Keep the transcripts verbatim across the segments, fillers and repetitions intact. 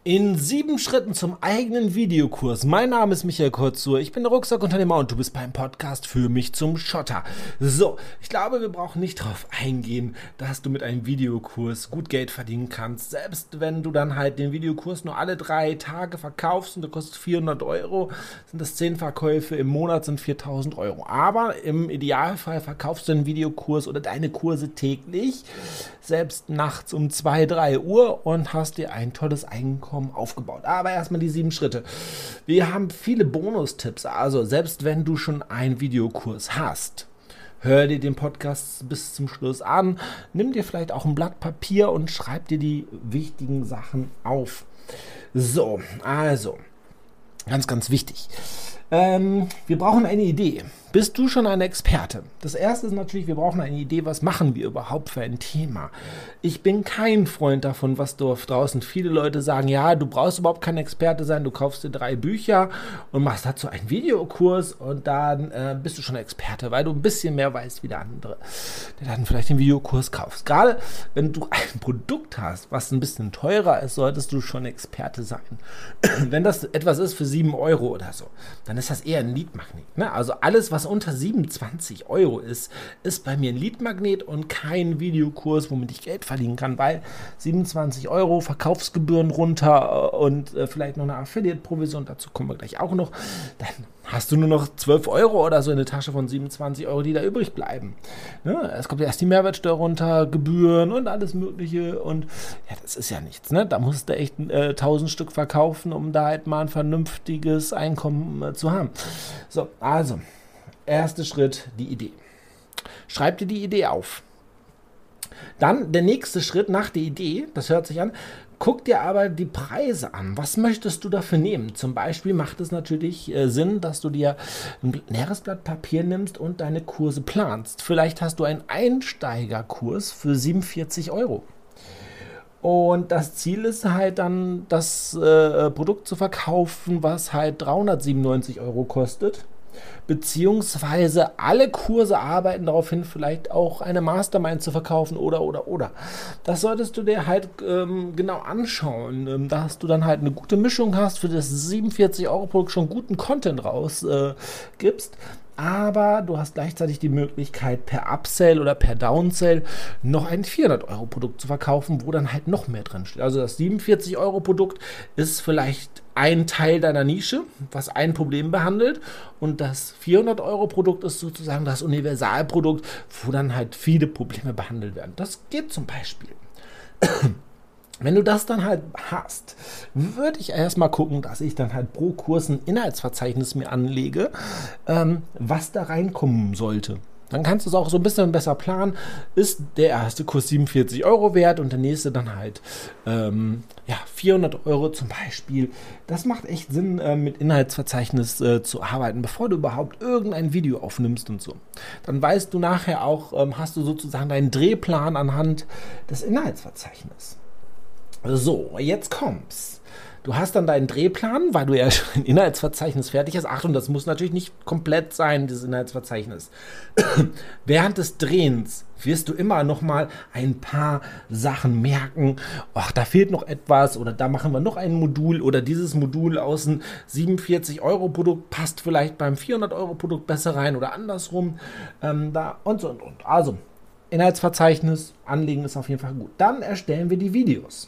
In sieben Schritten zum eigenen Videokurs. Mein Name ist Michael Kurzur, ich bin der Rucksackunternehmer und du bist beim Podcast Für mich zum Schotter. So, ich glaube, wir brauchen nicht darauf eingehen, dass du mit einem Videokurs gut Geld verdienen kannst. Selbst wenn du dann halt den Videokurs nur alle drei Tage verkaufst und der kostet vierhundert Euro, sind das zehn Verkäufe im Monat, sind viertausend Euro. Aber im Idealfall verkaufst du einen Videokurs oder deine Kurse täglich, selbst nachts um zwei, drei Uhr und hast dir ein tolles Einkommen aufgebaut. Aber erstmal die sieben Schritte. Wir haben viele Bonustipps, also selbst wenn du schon einen Videokurs hast, hör dir den Podcast bis zum Schluss an, nimm dir vielleicht auch ein Blatt Papier und schreib dir die wichtigen Sachen auf. So, also, ganz, ganz wichtig. Ähm, wir brauchen eine Idee. Bist du schon ein Experte? Das erste ist natürlich, wir brauchen eine Idee, was machen wir überhaupt für ein Thema. Ich bin kein Freund davon, was da draußen viele Leute sagen, ja, du brauchst überhaupt kein Experte sein, du kaufst dir drei Bücher und machst dazu einen Videokurs und dann äh, bist du schon Experte, weil du ein bisschen mehr weißt wie der andere, der dann vielleicht den Videokurs kaufst. Gerade wenn du ein Produkt hast, was ein bisschen teurer ist, solltest du schon Experte sein. Wenn das etwas ist für sieben Euro oder so, dann ist das eher ein Leadmagnet. Ne? Also alles, was unter siebenundzwanzig Euro ist, ist bei mir ein Leadmagnet und kein Videokurs, womit ich Geld verdienen kann, weil siebenundzwanzig Euro, Verkaufsgebühren runter und äh, vielleicht noch eine Affiliate-Provision, dazu kommen wir gleich auch noch, dann hast du nur noch zwölf Euro oder so in der Tasche von siebenundzwanzig Euro, die da übrig bleiben. Ne? Es kommt erst die Mehrwertsteuer runter, Gebühren und alles mögliche und ja, das ist ja nichts. Ne? Da musst du echt äh, tausend Stück verkaufen, um da halt mal ein vernünftiges Einkommen äh, zu haben. So, also erster Schritt, die Idee. Schreib dir die Idee auf. Dann der nächste Schritt nach der Idee, das hört sich an, guck dir aber die Preise an. Was möchtest du dafür nehmen? Zum Beispiel macht es natürlich äh, Sinn, dass du dir ein leeres Blatt Papier nimmst und deine Kurse planst. Vielleicht hast du einen Einsteigerkurs für siebenundvierzig Euro. Und das Ziel ist halt dann, das äh, Produkt zu verkaufen, was halt dreihundertsiebenundneunzig Euro kostet. Beziehungsweise alle Kurse arbeiten darauf hin, vielleicht auch eine Mastermind zu verkaufen oder, oder, oder. Das solltest du dir halt ähm, genau anschauen, ähm, dass du dann halt eine gute Mischung hast, für das siebenundvierzig Euro Produkt schon guten Content raus äh, gibst. Aber du hast gleichzeitig die Möglichkeit, per Upsell oder per Downsell noch ein vierhundert Euro Produkt zu verkaufen, wo dann halt noch mehr drin steht. Also das siebenundvierzig Euro Produkt ist vielleicht ein Teil deiner Nische, was ein Problem behandelt. Und das vierhundert Euro Produkt ist sozusagen das Universalprodukt, wo dann halt viele Probleme behandelt werden. Das geht zum Beispiel. Wenn du das dann halt hast, würde ich erstmal gucken, dass ich dann halt pro Kurs ein Inhaltsverzeichnis mir anlege, ähm, was da reinkommen sollte. Dann kannst du es auch so ein bisschen besser planen. Ist der erste Kurs siebenundvierzig Euro wert und der nächste dann halt ähm, ja, vierhundert Euro zum Beispiel. Das macht echt Sinn, äh, mit Inhaltsverzeichnis äh, zu arbeiten, bevor du überhaupt irgendein Video aufnimmst und so. Dann weißt du nachher auch, ähm, hast du sozusagen deinen Drehplan anhand des Inhaltsverzeichnisses. So, jetzt kommt's. Du hast dann deinen Drehplan, weil du ja schon ein Inhaltsverzeichnis fertig hast. Achtung, das muss natürlich nicht komplett sein, dieses Inhaltsverzeichnis. Während des Drehens wirst du immer noch mal ein paar Sachen merken. Ach, da fehlt noch etwas oder da machen wir noch ein Modul oder dieses Modul aus dem siebenundvierzig Euro Produkt passt vielleicht beim vierhundert Euro Produkt besser rein oder andersrum. Ähm, da und so und und. Also, Inhaltsverzeichnis anlegen ist auf jeden Fall gut. Dann erstellen wir die Videos.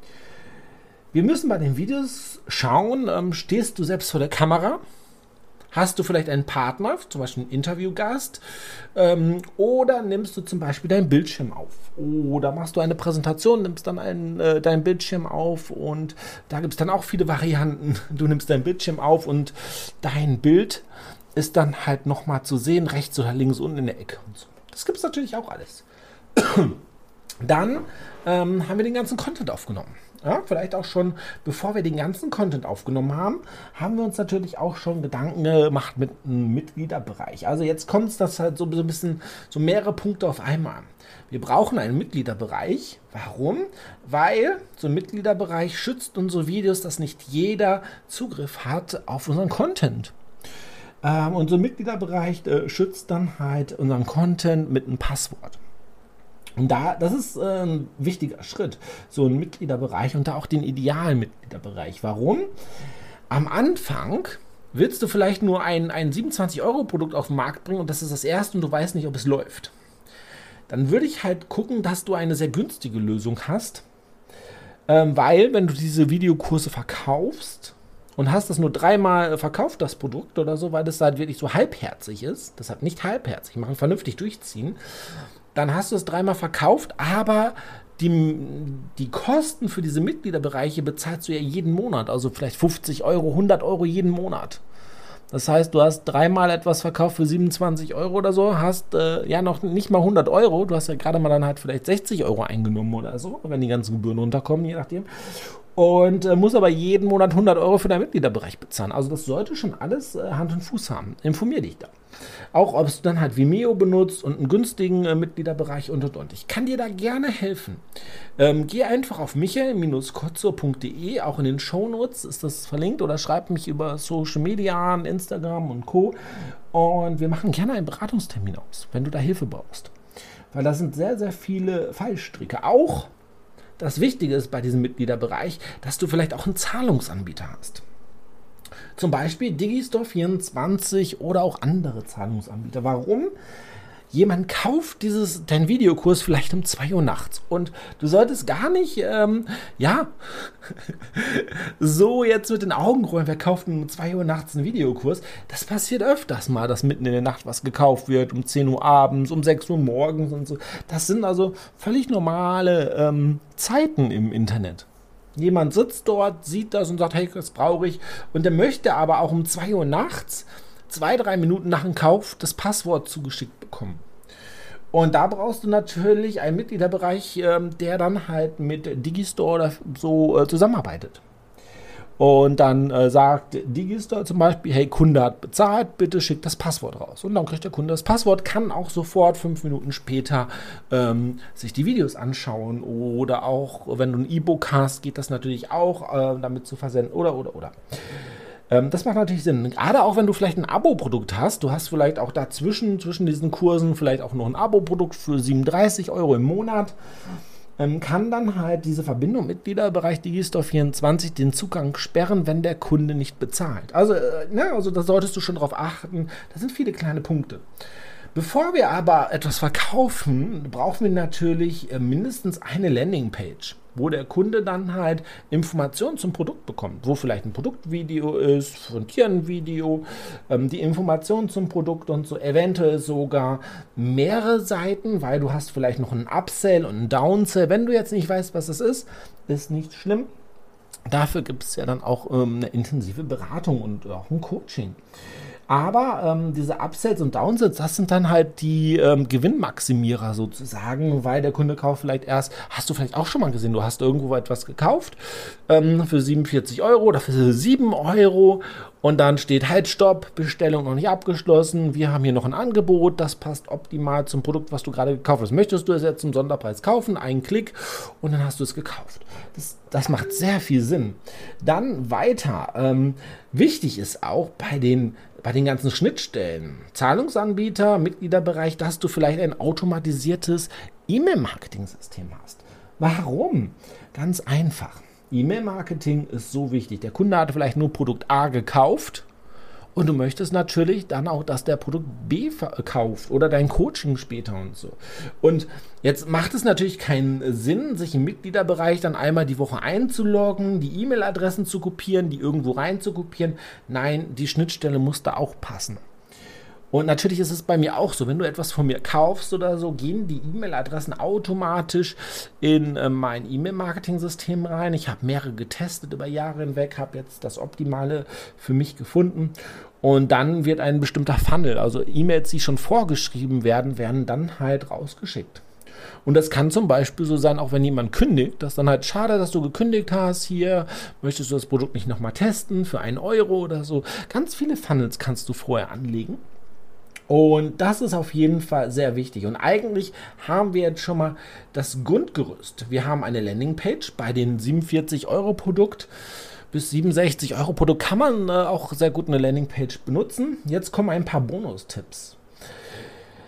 Wir müssen bei den Videos schauen, ähm, stehst du selbst vor der Kamera? Hast du vielleicht einen Partner, zum Beispiel einen Interviewgast? Ähm, oder nimmst du zum Beispiel deinen Bildschirm auf? Oder machst du eine Präsentation, nimmst dann einen, äh, deinen Bildschirm auf und da gibt es dann auch viele Varianten. Du nimmst deinen Bildschirm auf und dein Bild ist dann halt nochmal zu sehen, rechts oder links unten in der Ecke und so. Das gibt es natürlich auch alles. Dann ähm, haben wir den ganzen Content aufgenommen. Ja, vielleicht auch schon, bevor wir den ganzen Content aufgenommen haben, haben wir uns natürlich auch schon Gedanken gemacht mit einem Mitgliederbereich. Also jetzt kommt es das halt so, so ein bisschen, so mehrere Punkte auf einmal. Wir brauchen einen Mitgliederbereich. Warum? Weil so ein Mitgliederbereich schützt unsere Videos, dass nicht jeder Zugriff hat auf unseren Content. Ähm, unser Mitgliederbereich äh, schützt dann halt unseren Content mit einem Passwort. Und da, das ist äh, ein wichtiger Schritt, so ein Mitgliederbereich und da auch den idealen Mitgliederbereich. Warum? Am Anfang willst du vielleicht nur ein, ein siebenundzwanzig-Euro-Produkt auf den Markt bringen und das ist das erste und du weißt nicht, ob es läuft. Dann würde ich halt gucken, dass du eine sehr günstige Lösung hast, ähm, weil wenn du diese Videokurse verkaufst und hast das nur dreimal verkauft, das Produkt oder so, weil das halt wirklich so halbherzig ist, das hat nicht halbherzig, machen vernünftig durchziehen, dann hast du es dreimal verkauft, aber die, die Kosten für diese Mitgliederbereiche bezahlst du ja jeden Monat, also vielleicht fünfzig Euro, hundert Euro jeden Monat. Das heißt, du hast dreimal etwas verkauft für siebenundzwanzig Euro oder so, hast äh, ja noch nicht mal hundert Euro, du hast ja gerade mal dann halt vielleicht sechzig Euro eingenommen oder so, wenn die ganzen Gebühren runterkommen, je nachdem. Und äh, muss aber jeden Monat hundert Euro für deinen Mitgliederbereich bezahlen. Also das sollte schon alles äh, Hand und Fuß haben. Informier dich da. Auch ob du dann halt Vimeo benutzt und einen günstigen äh, Mitgliederbereich und und und. Ich kann dir da gerne helfen. Ähm, geh einfach auf michael Bindestrich kotzur punkt de, auch in den Shownotes ist das verlinkt oder schreib mich über Social Media an, Instagram und Co. Und wir machen gerne einen Beratungstermin aus, wenn du da Hilfe brauchst. Weil da sind sehr, sehr viele Fallstricke. Auch das Wichtige ist bei diesem Mitgliederbereich, dass du vielleicht auch einen Zahlungsanbieter hast. Zum Beispiel Digistore vierundzwanzig oder auch andere Zahlungsanbieter. Warum? Jemand kauft dieses, deinen Videokurs vielleicht um zwei Uhr nachts und du solltest gar nicht, ähm, ja, so jetzt mit den Augen rollen, wer kauft um zwei Uhr nachts einen Videokurs? Das passiert öfters mal, dass mitten in der Nacht was gekauft wird, um zehn Uhr abends, um sechs Uhr morgens und so. Das sind also völlig normale ähm, Zeiten im Internet. Jemand sitzt dort, sieht das und sagt, hey, das brauche ich. Und der möchte aber auch um zwei Uhr nachts, zwei, drei Minuten nach dem Kauf, das Passwort zugeschickt bekommen. Und da brauchst du natürlich einen Mitgliederbereich, ähm, der dann halt mit Digistore oder so äh, zusammenarbeitet. Und dann äh, sagt Digistore zum Beispiel, hey, Kunde hat bezahlt, bitte schick das Passwort raus. Und dann kriegt der Kunde das Passwort, kann auch sofort fünf Minuten später ähm, sich die Videos anschauen. Oder auch, wenn du ein E-Book hast, geht das natürlich auch, äh, damit zu versenden. Oder, oder, oder. Ähm, das macht natürlich Sinn. Gerade auch, wenn du vielleicht ein Abo-Produkt hast. Du hast vielleicht auch dazwischen, zwischen diesen Kursen, vielleicht auch noch ein Abo-Produkt für siebenunddreißig Euro im Monat. Ähm, kann dann halt diese Verbindung Mitgliederbereich Digistore vierundzwanzig den Zugang sperren, wenn der Kunde nicht bezahlt. Also, äh, ne, also da solltest du schon drauf achten. Das sind viele kleine Punkte. Bevor wir aber etwas verkaufen, brauchen wir natürlich äh, mindestens eine Landingpage, wo der Kunde dann halt Informationen zum Produkt bekommt, wo vielleicht ein Produktvideo ist, von dir ein Video, ähm, die Informationen zum Produkt und so, eventuell sogar mehrere Seiten, weil du hast vielleicht noch einen Upsell und einen Downsell. Wenn du jetzt nicht weißt, was es ist, ist nicht schlimm. Dafür gibt es ja dann auch ähm, eine intensive Beratung und auch ein Coaching. Aber ähm, diese Upsells und Downsells, das sind dann halt die ähm, Gewinnmaximierer sozusagen, weil der Kunde kauft vielleicht erst, hast du vielleicht auch schon mal gesehen, du hast irgendwo etwas gekauft ähm, für siebenundvierzig Euro oder für sieben Euro und dann steht halt Stopp, Bestellung noch nicht abgeschlossen, wir haben hier noch ein Angebot, das passt optimal zum Produkt, was du gerade gekauft hast. Möchtest du es jetzt zum Sonderpreis kaufen? Einen Klick und dann hast du es gekauft. Das, das macht sehr viel Sinn. Dann weiter. Ähm, wichtig ist auch bei den Bei den ganzen Schnittstellen, Zahlungsanbieter, Mitgliederbereich, dass du vielleicht ein automatisiertes E-Mail-Marketing-System hast. Warum? Ganz einfach. E-Mail-Marketing ist so wichtig. Der Kunde hatte vielleicht nur Produkt A gekauft und du möchtest natürlich dann auch, dass der Produkt B verkauft oder dein Coaching später und so. Und jetzt macht es natürlich keinen Sinn, sich im Mitgliederbereich dann einmal die Woche einzuloggen, die E-Mail-Adressen zu kopieren, die irgendwo rein zu kopieren. Nein, die Schnittstelle muss da auch passen. Und natürlich ist es bei mir auch so, wenn du etwas von mir kaufst oder so, gehen die E-Mail-Adressen automatisch in äh, mein E-Mail-Marketing-System rein. Ich habe mehrere getestet über Jahre hinweg, habe jetzt das Optimale für mich gefunden. Und dann wird ein bestimmter Funnel, also E-Mails, die schon vorgeschrieben werden, werden dann halt rausgeschickt. Und das kann zum Beispiel so sein, auch wenn jemand kündigt, das ist dann halt schade, dass du gekündigt hast, hier möchtest du das Produkt nicht nochmal testen für einen Euro oder so. Ganz viele Funnels kannst du vorher anlegen. Und das ist auf jeden Fall sehr wichtig. Und eigentlich haben wir jetzt schon mal das Grundgerüst. Wir haben eine Landingpage bei den siebenundvierzig Euro Produkt. Bis siebenundsechzig Euro Produkt kann man äh, auch sehr gut eine Landingpage benutzen. Jetzt kommen ein paar Bonustipps.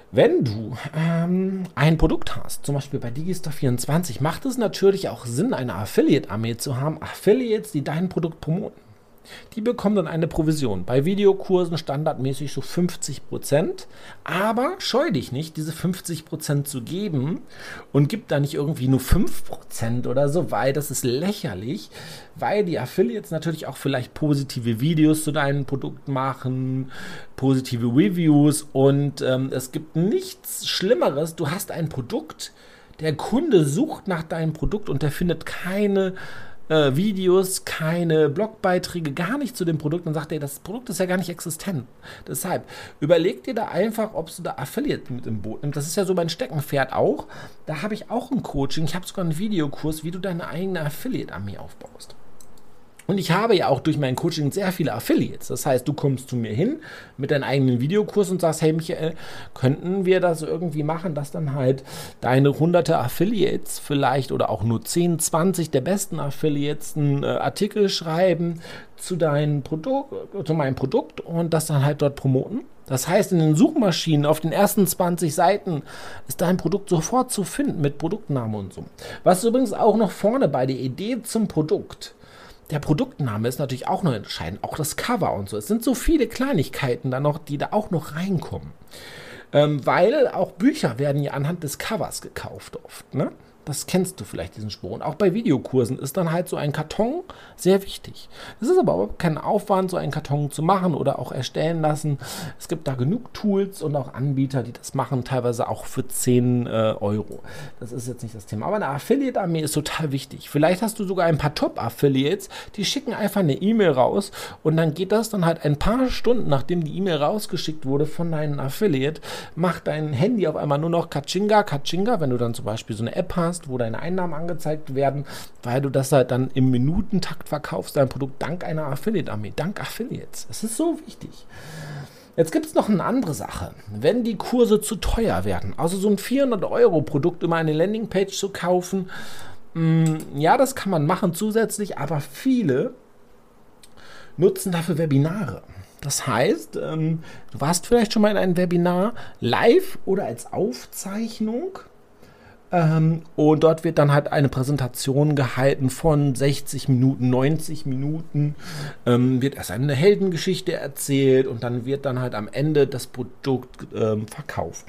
Wenn du ähm, ein Produkt hast, zum Beispiel bei Digistore vierundzwanzig, macht es natürlich auch Sinn, eine Affiliate-Armee zu haben. Affiliates, die dein Produkt promoten. Die bekommen dann eine Provision. Bei Videokursen standardmäßig so fünfzig Prozent. Aber scheu dich nicht, diese fünfzig Prozent zu geben und gib da nicht irgendwie nur fünf Prozent oder so, weil das ist lächerlich, weil die Affiliates natürlich auch vielleicht positive Videos zu deinem Produkt machen, positive Reviews und ähm, es gibt nichts Schlimmeres. Du hast ein Produkt, der Kunde sucht nach deinem Produkt und der findet keine Äh, Videos, keine Blogbeiträge, gar nicht zu dem Produkt und sagt, ey, das Produkt ist ja gar nicht existent. Deshalb, überleg dir da einfach, ob du da Affiliate mit im Boot nimmst. Das ist ja so mein Steckenpferd auch. Da habe ich auch ein Coaching, ich habe sogar einen Videokurs, wie du deine eigene Affiliate-Armee aufbaust. Und ich habe ja auch durch mein Coaching sehr viele Affiliates. Das heißt, du kommst zu mir hin mit deinem eigenen Videokurs und sagst, hey Michael, könnten wir das irgendwie machen, dass dann halt deine hunderte Affiliates vielleicht oder auch nur zehn, zwanzig der besten Affiliates einen äh, Artikel schreiben zu deinem Produkt, zu meinem Produkt und das dann halt dort promoten. Das heißt, in den Suchmaschinen auf den ersten zwanzig Seiten ist dein Produkt sofort zu finden mit Produktname und so. Was übrigens auch noch vorne bei der Idee zum Produkt. Der Produktname ist natürlich auch noch entscheidend, auch das Cover und so. Es sind so viele Kleinigkeiten da noch, die da auch noch reinkommen. Ähm, weil auch Bücher werden ja anhand des Covers gekauft oft, ne? Das kennst du vielleicht, diesen Spruch. Und auch bei Videokursen ist dann halt so ein Karton sehr wichtig. Es ist aber auch kein Aufwand, so einen Karton zu machen oder auch erstellen lassen. Es gibt da genug Tools und auch Anbieter, die das machen, teilweise auch für zehn äh, Euro. Das ist jetzt nicht das Thema. Aber eine Affiliate-Armee ist total wichtig. Vielleicht hast du sogar ein paar Top-Affiliates, die schicken einfach eine E-Mail raus und dann geht das dann halt ein paar Stunden, nachdem die E-Mail rausgeschickt wurde von deinem Affiliate, macht dein Handy auf einmal nur noch Katschinga, Katschinga, wenn du dann zum Beispiel so eine App hast, wo deine Einnahmen angezeigt werden, weil du das halt dann im Minutentakt verkaufst, dein Produkt dank einer Affiliate-Armee, dank Affiliates. Das ist so wichtig. Jetzt gibt es noch eine andere Sache. Wenn die Kurse zu teuer werden, also so ein vierhundert Euro Produkt über eine Landingpage zu kaufen, mh, ja, das kann man machen zusätzlich, aber viele nutzen dafür Webinare. Das heißt, ähm, du warst vielleicht schon mal in einem Webinar live oder als Aufzeichnung. Ähm, und dort wird dann halt eine Präsentation gehalten von sechzig Minuten, neunzig Minuten, ähm, wird erst eine Heldengeschichte erzählt und dann wird dann halt am Ende das Produkt ähm, verkauft.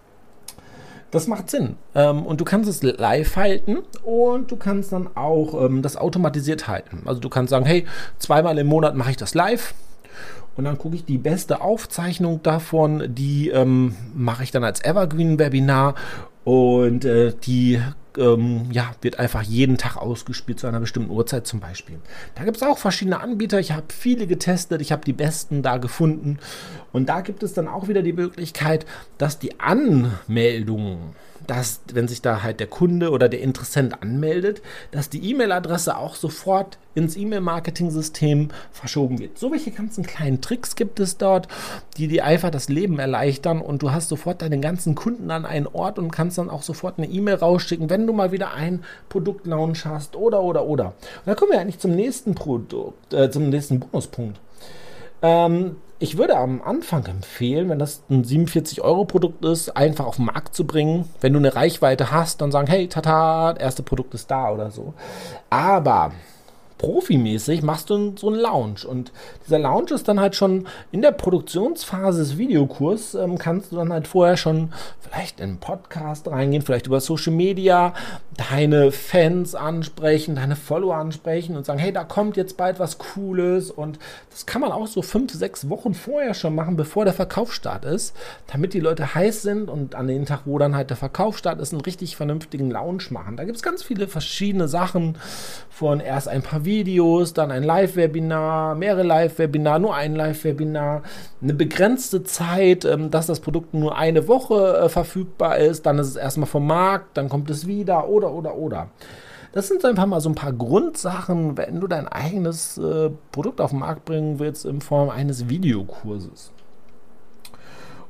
Das macht Sinn. Ähm, und du kannst es live halten und du kannst dann auch ähm, das automatisiert halten. Also du kannst sagen, hey, zweimal im Monat mache ich das live. Und dann gucke ich die beste Aufzeichnung davon, die ähm, mache ich dann als Evergreen-Webinar und äh, die ähm, ja, wird einfach jeden Tag ausgespielt zu einer bestimmten Uhrzeit zum Beispiel. Da gibt es auch verschiedene Anbieter, ich habe viele getestet, ich habe die besten da gefunden und da gibt es dann auch wieder die Möglichkeit, dass die Anmeldungen, dass, wenn sich da halt der Kunde oder der Interessent anmeldet, dass die E-Mail-Adresse auch sofort ins E-Mail-Marketing-System verschoben wird. So welche ganzen kleinen Tricks gibt es dort, die dir einfach das Leben erleichtern und du hast sofort deine ganzen Kunden an einen Ort und kannst dann auch sofort eine E-Mail rausschicken, wenn du mal wieder einen Produktlaunch hast oder, oder, oder. Und dann kommen wir eigentlich zum nächsten Produkt, äh, zum nächsten Bonuspunkt. Ähm, ich würde am Anfang empfehlen, wenn das ein siebenundvierzig Euro Produkt ist, einfach auf den Markt zu bringen. Wenn du eine Reichweite hast, dann sagen, hey, tata, das erste Produkt ist da oder so. Aber profimäßig machst du so einen Launch und dieser Launch ist dann halt schon in der Produktionsphase des Videokurs, ähm, kannst du dann halt vorher schon vielleicht in einen Podcast reingehen, vielleicht über Social Media, deine Fans ansprechen, deine Follower ansprechen und sagen, hey, da kommt jetzt bald was Cooles und das kann man auch so fünf, sechs Wochen vorher schon machen, bevor der Verkaufsstart ist, damit die Leute heiß sind und an dem Tag, wo dann halt der Verkaufsstart ist, einen richtig vernünftigen Launch machen. Da gibt es ganz viele verschiedene Sachen, von erst ein paar Videos, dann ein Live-Webinar, mehrere Live-Webinar, nur ein Live-Webinar, eine begrenzte Zeit, ähm, dass das Produkt nur eine Woche äh, verfügbar ist, dann ist es erstmal vom Markt, dann kommt es wieder oder, oder, oder. Das sind einfach mal so ein paar Grundsachen, wenn du dein eigenes äh, Produkt auf den Markt bringen willst in Form eines Videokurses.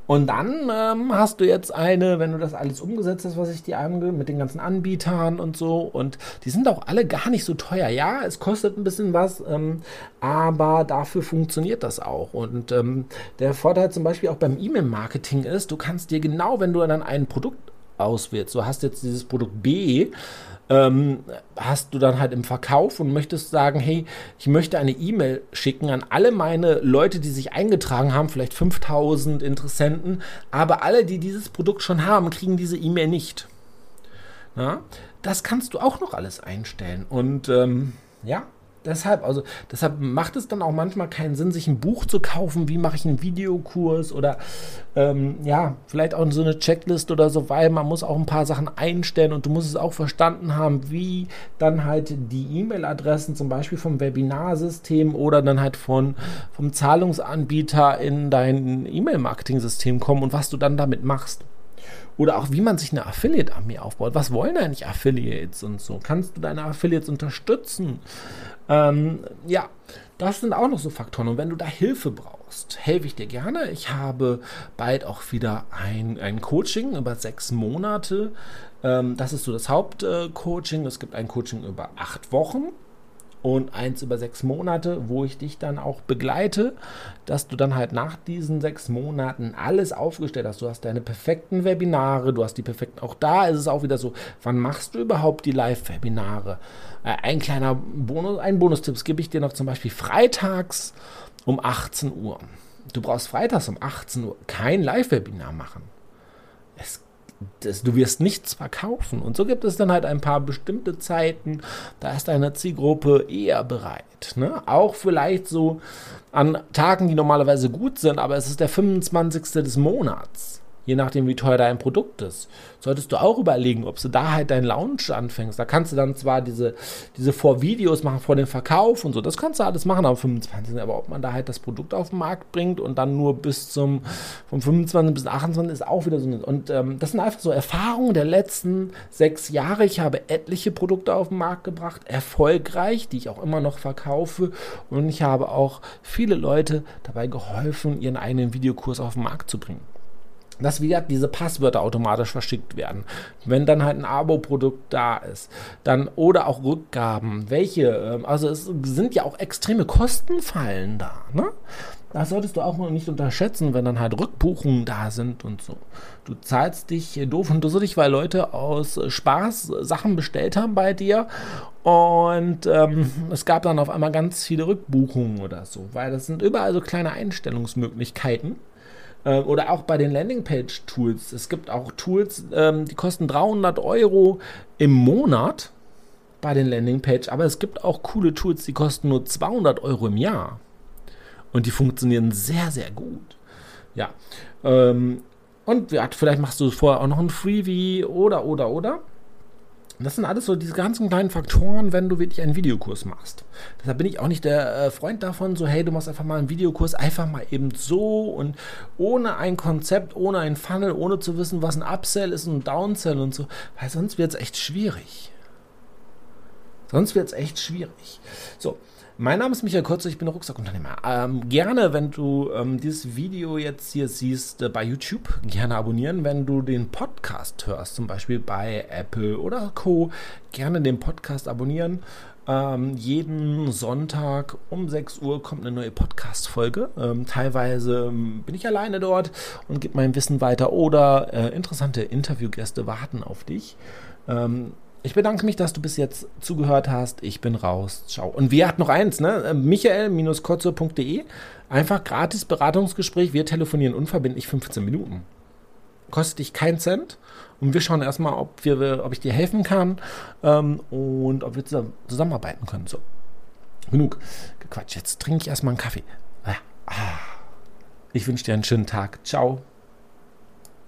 Und dann ähm, hast du jetzt eine, wenn du das alles umgesetzt hast, was ich dir ange, mit den ganzen Anbietern und so. Und die sind auch alle gar nicht so teuer. Ja, es kostet ein bisschen was, ähm, aber dafür funktioniert das auch. Und ähm, der Vorteil zum Beispiel auch beim E-Mail-Marketing ist, du kannst dir genau, wenn du dann ein Produkt auswählst, du hast jetzt dieses Produkt B, ähm, hast du dann halt im Verkauf und möchtest sagen, hey, ich möchte eine E-Mail schicken an alle meine Leute, die sich eingetragen haben, vielleicht fünftausend Interessenten, aber alle, die dieses Produkt schon haben, kriegen diese E-Mail nicht. Na, das kannst du auch noch alles einstellen und ähm, ja, deshalb, also deshalb macht es dann auch manchmal keinen Sinn, sich ein Buch zu kaufen, wie mache ich einen Videokurs oder ähm, ja, vielleicht auch so eine Checklist oder so, weil man muss auch ein paar Sachen einstellen und du musst es auch verstanden haben, wie dann halt die E-Mail-Adressen zum Beispiel vom Webinarsystem oder dann halt von, vom Zahlungsanbieter in dein E-Mail-Marketing-System kommen und was du dann damit machst. Oder auch, wie man sich eine Affiliate-Armee aufbaut. Was wollen eigentlich Affiliates und so? Kannst du deine Affiliates unterstützen? Ähm, ja, das sind auch noch so Faktoren. Und wenn du da Hilfe brauchst, helfe ich dir gerne. Ich habe bald auch wieder ein, ein Coaching über sechs Monate. Ähm, das ist so das Hauptcoaching. Es gibt ein Coaching über acht Wochen. Und eins über sechs Monate, wo ich dich dann auch begleite, dass du dann halt nach diesen sechs Monaten alles aufgestellt hast. Du hast deine perfekten Webinare, du hast die perfekten, auch da ist es auch wieder so, wann machst du überhaupt die Live-Webinare? Äh, ein kleiner Bonus, ein Bonustipps gebe ich dir noch zum Beispiel freitags um achtzehn Uhr. Du brauchst freitags um achtzehn Uhr kein Live-Webinar machen. Es Das, du wirst nichts verkaufen. Und so gibt es dann halt ein paar bestimmte Zeiten, da ist deine Zielgruppe eher bereit. Ne? Auch vielleicht so an Tagen, die normalerweise gut sind, aber es ist der fünfundzwanzigste des Monats. Je nachdem, wie teuer dein Produkt ist. Solltest du auch überlegen, ob du da halt deinen Launch anfängst. Da kannst du dann zwar diese, diese Vorvideos machen vor dem Verkauf und so. Das kannst du alles machen am fünfundzwanzigsten Aber ob man da halt das Produkt auf den Markt bringt und dann nur bis zum vom fünfundzwanzigsten bis achtundzwanzigsten ist auch wieder so. Eine, und ähm, das sind einfach so Erfahrungen der letzten sechs Jahre. Ich habe etliche Produkte auf den Markt gebracht, erfolgreich, die ich auch immer noch verkaufe. Und ich habe auch viele Leute dabei geholfen, ihren eigenen Videokurs auf den Markt zu bringen. Dass wieder diese Passwörter automatisch verschickt werden, wenn dann halt ein Abo-Produkt da ist, dann oder auch Rückgaben, welche, also es sind ja auch extreme Kostenfallen da, ne? Das solltest du auch noch nicht unterschätzen, wenn dann halt Rückbuchungen da sind und so. Du zahlst dich doof und dusselig, weil Leute aus Spaß Sachen bestellt haben bei dir und ähm, es gab dann auf einmal ganz viele Rückbuchungen oder so, weil das sind überall so kleine Einstellungsmöglichkeiten. Oder auch bei den Landingpage-Tools. Es gibt auch Tools, ähm, die kosten dreihundert Euro im Monat bei den Landingpage, aber es gibt auch coole Tools, die kosten nur zweihundert Euro im Jahr. Und die funktionieren sehr, sehr gut. Ja. Ähm, und ja, vielleicht machst du vorher auch noch ein Freebie oder, oder, oder. Das sind alles so diese ganzen kleinen Faktoren, wenn du wirklich einen Videokurs machst. Deshalb bin ich auch nicht der äh, Freund davon, so hey, du machst einfach mal einen Videokurs, einfach mal eben so und ohne ein Konzept, ohne ein Funnel, ohne zu wissen, was ein Upsell ist und ein Downsell und so, weil sonst wird es echt schwierig. Sonst wird es echt schwierig. So, mein Name ist Michael Kotze, ich bin Rucksackunternehmer. Ähm, gerne, wenn du ähm, dieses Video jetzt hier siehst äh, bei YouTube, gerne abonnieren. Wenn du den Podcast hörst, zum Beispiel bei Apple oder Co., gerne den Podcast abonnieren. Ähm, jeden Sonntag um sechs Uhr kommt eine neue Podcast-Folge. Ähm, teilweise ähm, bin ich alleine dort und gebe mein Wissen weiter oder äh, interessante Interviewgäste warten auf dich. Ähm, Ich bedanke mich, dass du bis jetzt zugehört hast. Ich bin raus. Ciao. Und wir hatten noch eins, ne? michael Kotze punkt de. Einfach gratis Beratungsgespräch. Wir telefonieren unverbindlich fünfzehn Minuten. Kostet dich keinen Cent. Und wir schauen erstmal, ob, wir, ob ich dir helfen kann ähm, und ob wir zusammenarbeiten können. So. Genug gequatscht. Jetzt trinke ich erstmal einen Kaffee. Ah. Ich wünsche dir einen schönen Tag. Ciao.